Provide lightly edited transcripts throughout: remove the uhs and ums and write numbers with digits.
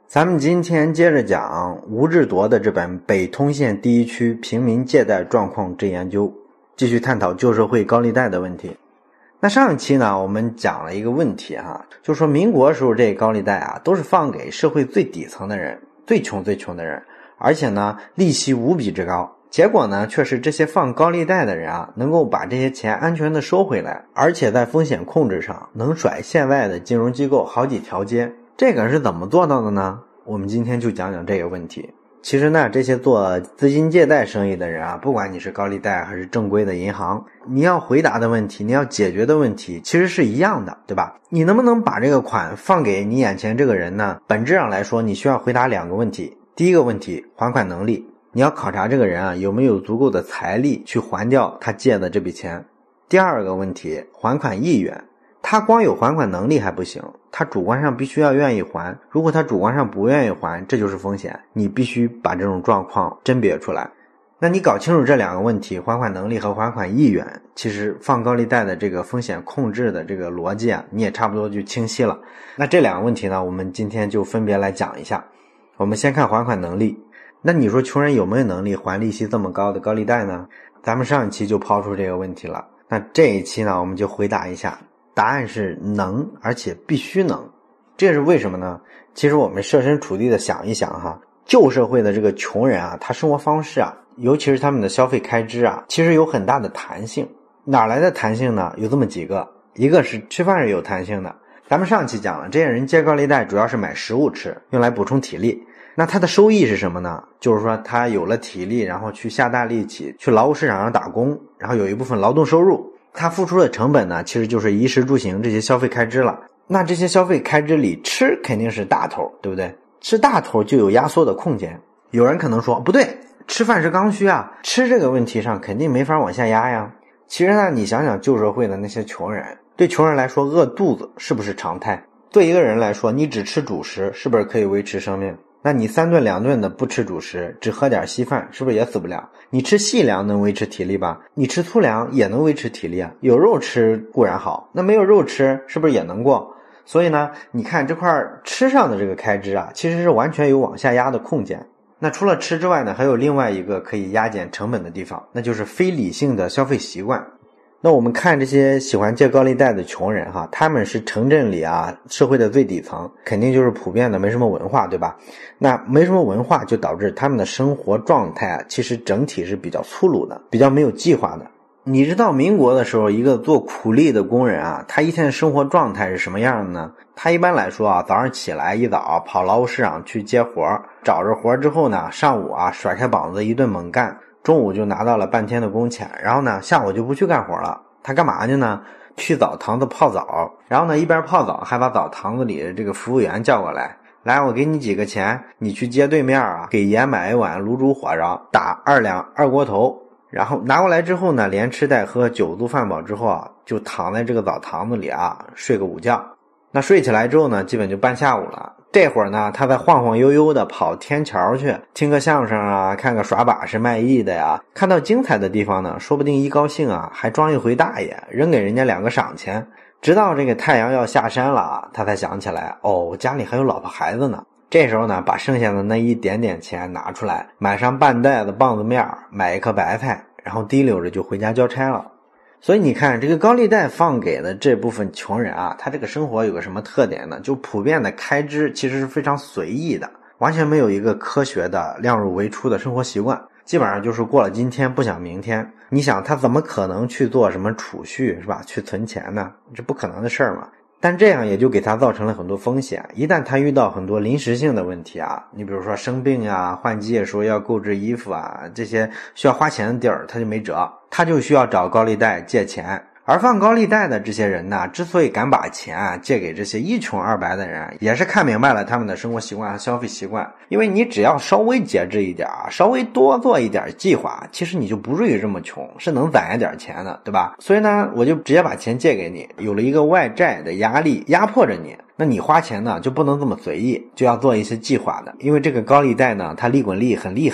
咱们今天接着讲吴志铎的这本《北通县第一区平民借贷状况之研究》，继续探讨旧社会高利贷的问题。那上一期呢，我们讲了一个问题就是说民国时候这高利贷都是放给社会最底层的人，最穷的人，而且呢利息无比之高。结果呢却是这些放高利贷的人能够把这些钱安全的收回来，而且在风险控制上能甩县外的金融机构好几条街。这个是怎么做到的呢？我们今天就讲讲这个问题。其实呢，这些做资金借贷生意的人不管你是高利贷还是正规的银行，你要回答的问题，你要解决的问题其实是一样的，对吧？你能不能把这个款放给你眼前这个人呢？本质上来说，你需要回答两个问题。第一个问题，还款能力，你要考察这个人有没有足够的财力去还掉他借的这笔钱。第二个问题，还款意愿，他光有还款能力还不行，他主观上必须要愿意还。如果他主观上不愿意还，这就是风险，你必须把这种状况甄别出来。那你搞清楚这两个问题，还款能力和还款意愿，其实放高利贷的这个风险控制的这个逻辑你也差不多就清晰了。那这两个问题呢，我们今天就分别来讲一下。我们先看还款能力。那你说穷人有没有能力还利息这么高的高利贷呢？咱们上一期就抛出这个问题了。那这一期呢，我们就回答一下。答案是能，而且必须能。这是为什么呢？其实我们设身处地的想一想旧社会的这个穷人他生活方式尤其是他们的消费开支其实有很大的弹性。哪来的弹性呢？有这么几个。一个是吃饭是有弹性的。咱们上期讲了，这些人借高利贷主要是买食物吃，用来补充体力。那他的收益是什么呢？就是说他有了体力，然后去下大力气去劳务市场上打工，然后有一部分劳动收入。他付出的成本呢，其实就是衣食住行这些消费开支了。那这些消费开支里，吃肯定是大头，对不对？吃大头就有压缩的空间。有人可能说不对，吃饭是刚需吃这个问题上肯定没法往下压呀。其实呢，你想想旧社会的那些穷人，对穷人来说饿肚子是不是常态？对一个人来说，你只吃主食是不是可以维持生命？那你3顿2顿的不吃主食，只喝点稀饭，是不是也死不了？你吃细粮能维持体力吧？你吃粗粮也能维持体力有肉吃固然好，那没有肉吃是不是也能过？所以呢，你看这块吃上的这个开支其实是完全有往下压的空间。那除了吃之外呢，还有另外一个可以压减成本的地方，那就是非理性的消费习惯。那我们看这些喜欢借高利贷的穷人他们是城镇里社会的最底层，肯定就是普遍的没什么文化，对吧？那没什么文化就导致他们的生活状态其实整体是比较粗鲁的，比较没有计划的。你知道民国的时候，一个做苦力的工人他一天的生活状态是什么样的呢？他一般来说早上起来一早跑劳务市场去接活，找着活之后呢，上午甩开膀子一顿猛干，中午就拿到了半天的工钱，然后呢下午就不去干活了。他干嘛去呢？去澡堂子泡澡，然后呢一边泡澡还把澡堂子里的这个服务员叫过来，来我给你几个钱，你去街对面给爷买一碗卤煮火烧，打2两2锅头，然后拿过来之后呢，连吃带喝酒足饭饱之后就躺在这个澡堂子里睡个午觉。那睡起来之后呢，基本就半下午了。这会儿呢，他再晃晃悠悠的跑天桥去听个相声看个耍把式卖艺的看到精彩的地方呢，说不定一高兴还装一回大爷，扔给人家2个赏钱。直到这个太阳要下山了他才想起来，家里还有老婆孩子呢。这时候呢，把剩下的那一点点钱拿出来，买上半袋子棒子面，买一颗白菜，然后提溜着就回家交差了。所以你看，这个高利贷放给的这部分穷人他这个生活有个什么特点呢？就普遍的开支其实是非常随意的，完全没有一个科学的量入为出的生活习惯，基本上就是过了今天不想明天。你想他怎么可能去做什么储蓄是吧？去存钱呢？这不可能的事儿嘛。但这样也就给他造成了很多风险。一旦他遇到很多临时性的问题你比如说生病换季说要购置衣服这些需要花钱的地儿他就没辙，他就需要找高利贷借钱。而放高利贷的这些人呢，之所以敢把钱借给这些一穷二白的人，也是看明白了他们的生活习惯和消费习惯。因为你只要稍微节制一点，稍微多做一点计划，其实你就不至于这么穷，是能攒一点钱的，对吧？所以呢，我就直接把钱借给你，有了一个外债的压力压迫着你，那你花钱呢就不能这么随意，就要做一些计划的。因为这个高利贷呢，它利滚利很厉害，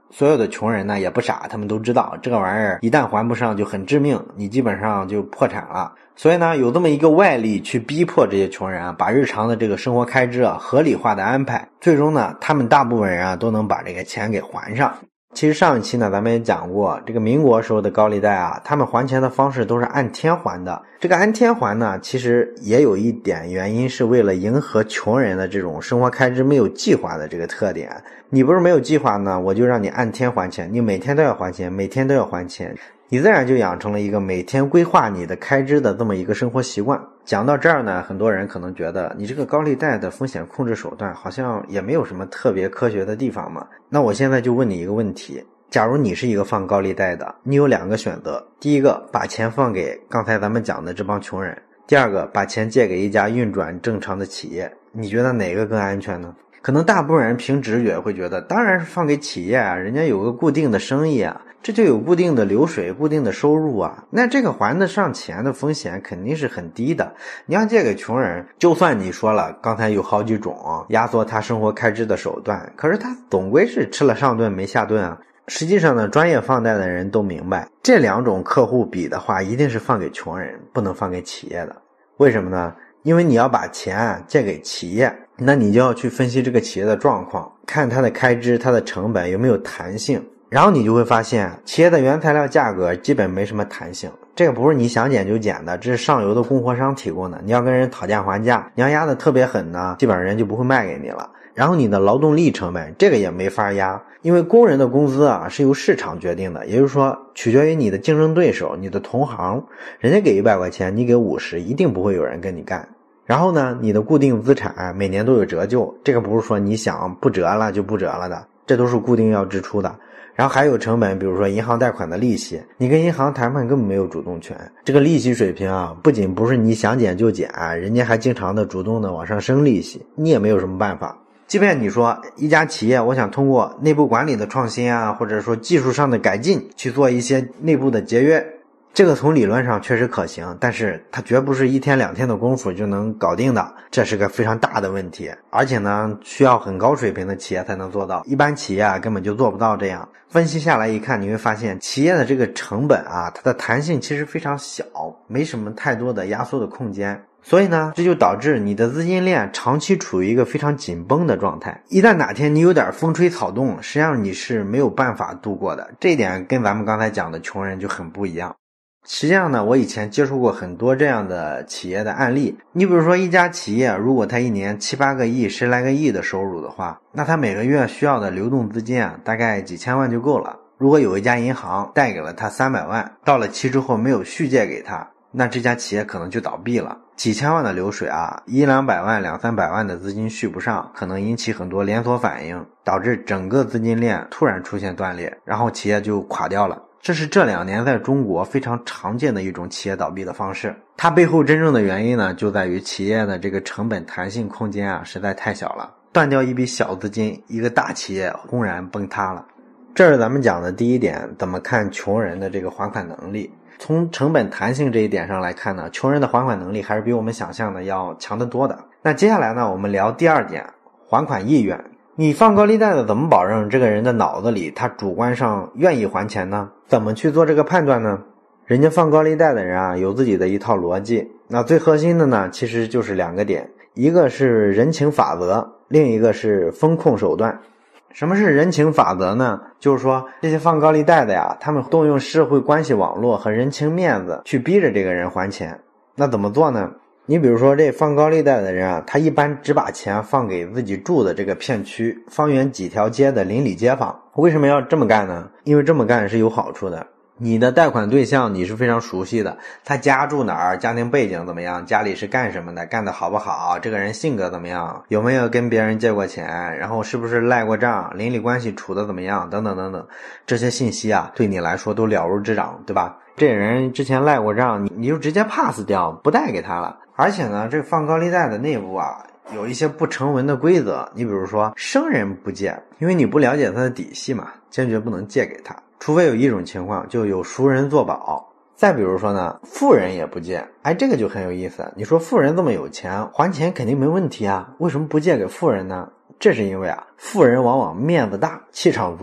所有的穷人呢也不傻，他们都知道这个玩意儿一旦还不上就很致命，你基本上就破产了。所以呢，有这么一个外力去逼迫这些穷人啊，把日常的这个生活开支啊合理化的安排，最终呢，他们大部分人啊都能把这个钱给还上。其实上一期呢咱们也讲过，这个民国时候的高利贷啊，他们还钱的方式都是按天还的。这个按天还呢，其实也有一点原因是为了迎合穷人的这种生活开支没有计划的这个特点。你不是没有计划呢，我就让你按天还钱，你每天都要还钱，每天都要还钱，你自然就养成了一个每天规划你的开支的这么一个生活习惯。讲到这儿呢，很多人可能觉得你这个高利贷的风险控制手段好像也没有什么特别科学的地方嘛。那我现在就问你一个问题，假如你是一个放高利贷的，你有两个选择，第一个把钱放给刚才咱们讲的这帮穷人，第二个把钱借给一家运转正常的企业，你觉得哪个更安全呢？可能大部分人凭直觉会觉得当然是放给企业啊，人家有个固定的生意啊，这就有固定的流水，固定的收入啊，那这个还得上钱的风险肯定是很低的。你要借给穷人，就算你说了刚才有好几种压缩他生活开支的手段，可是他总归是吃了上顿没下顿啊。实际上呢，专业放贷的人都明白，这两种客户比的话，一定是放给穷人，不能放给企业的。为什么呢？因为你要把钱借给企业，那你就要去分析这个企业的状况，看它的开支、它的成本有没有弹性，然后你就会发现企业的原材料价格基本没什么弹性，这个不是你想减就减的，这是上游的供货商提供的，你要跟人讨价还价，你要压得特别狠呢，基本上人就不会卖给你了。然后你的劳动力成本这个也没法压，因为工人的工资啊是由市场决定的，也就是说取决于你的竞争对手，你的同行，人家给100块钱你给50，一定不会有人跟你干。然后呢，你的固定资产每年都有折旧，这个不是说你想不折了就不折了的，这都是固定要支出的。然后还有成本，比如说银行贷款的利息，你跟银行谈判根本没有主动权，这个利息水平啊，不仅不是你想减就减，人家还经常的主动的往上升利息，你也没有什么办法。即便你说一家企业，我想通过内部管理的创新啊，或者说技术上的改进去做一些内部的节约，这个从理论上确实可行，但是它绝不是1天2天的功夫就能搞定的，这是个非常大的问题，而且呢需要很高水平的企业才能做到，一般企业啊根本就做不到这样。分析下来一看，你会发现企业的这个成本啊，它的弹性其实非常小，没什么太多的压缩的空间，所以呢这就导致你的资金链长期处于一个非常紧绷的状态，一旦哪天你有点风吹草动，实际上你是没有办法度过的，这一点跟咱们刚才讲的穷人就很不一样。实际上呢，我以前接触过很多这样的企业的案例，你比如说一家企业，如果它一年7、8个亿、10来个亿的收入的话，那它每个月需要的流动资金啊，大概几千万就够了。如果有一家银行贷给了他300万，到了期之后没有续借给他，那这家企业可能就倒闭了。几千万的流水啊，1、2百万、2、3百万的资金续不上，可能引起很多连锁反应，导致整个资金链突然出现断裂，然后企业就垮掉了。这是这2年在中国非常常见的一种企业倒闭的方式，它背后真正的原因呢，就在于企业的这个成本弹性空间啊实在太小了，断掉一笔小资金，一个大企业轰然崩塌了。这是咱们讲的第一点，怎么看穷人的这个还款能力。从成本弹性这一点上来看呢，穷人的还款能力还是比我们想象的要强得多的。那接下来呢，我们聊第二点，还款意愿。你放高利贷的怎么保证这个人的脑子里他主观上愿意还钱呢？怎么去做这个判断呢？人家放高利贷的人啊，有自己的一套逻辑。那最核心的呢，其实就是2个点，一个是人情法则，另一个是风控手段。什么是人情法则呢？就是说这些放高利贷的呀，他们动用社会关系网络和人情面子去逼着这个人还钱。那怎么做呢？你比如说这放高利贷的人啊，他一般只把钱放给自己住的这个片区方圆几条街的邻里街坊。为什么要这么干呢？因为这么干是有好处的。你的贷款对象你是非常熟悉的，他家住哪儿，家庭背景怎么样，家里是干什么的，干得好不好，这个人性格怎么样，有没有跟别人借过钱，然后是不是赖过账，邻里关系处得怎么样，等等等等，这些信息啊对你来说都了如指掌，对吧？这人之前赖过账，你就直接 pass 掉，不贷给他了。而且呢，这放高利贷的内部啊有一些不成文的规则，你比如说生人不借，因为你不了解他的底细嘛，坚决不能借给他，除非有一种情况，就有熟人作保。再比如说呢，富人也不借，这个就很有意思。你说富人这么有钱，还钱肯定没问题啊，为什么不借给富人呢？这是因为啊，富人往往面子大，气场足，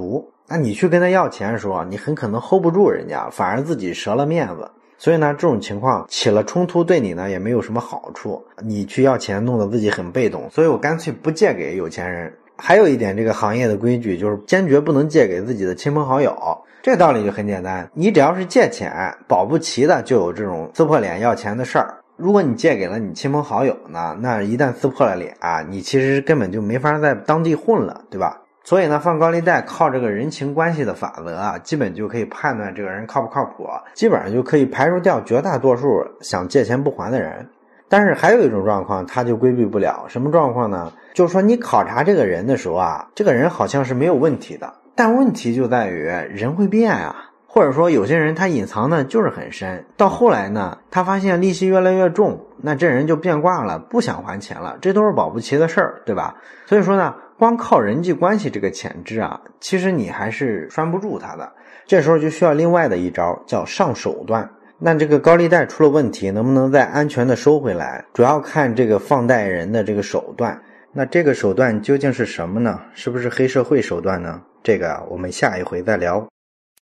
那你去跟他要钱的时候，你很可能 hold 不住人家，反而自己折了面子。所以呢，这种情况起了冲突，对你呢也没有什么好处。你去要钱，弄得自己很被动，所以我干脆不借给有钱人。还有一点，这个行业的规矩就是坚决不能借给自己的亲朋好友。这个道理就很简单，你只要是借钱，保不齐的就有这种撕破脸要钱的事儿。如果你借给了你亲朋好友呢，那一旦撕破了脸啊，你其实根本就没法在当地混了，对吧？所以呢，放高利贷靠这个人情关系的法则啊，基本就可以判断这个人靠不靠谱，基本上就可以排除掉绝大多数想借钱不还的人。但是还有一种状况他就规避不了，什么状况呢？就是说你考察这个人的时候啊，这个人好像是没有问题的，但问题就在于人会变啊，或者说有些人他隐藏的就是很深，到后来呢，他发现利息越来越重，那这人就变卦了，不想还钱了，这都是保不齐的事儿，对吧？所以说呢，光靠人际关系这个潜质啊，其实你还是拴不住他的。这时候就需要另外的一招，叫上手段。那这个高利贷出了问题，能不能再安全的收回来，主要看这个放贷人的这个手段。那这个手段究竟是什么呢？是不是黑社会手段呢？这个我们下一回再聊。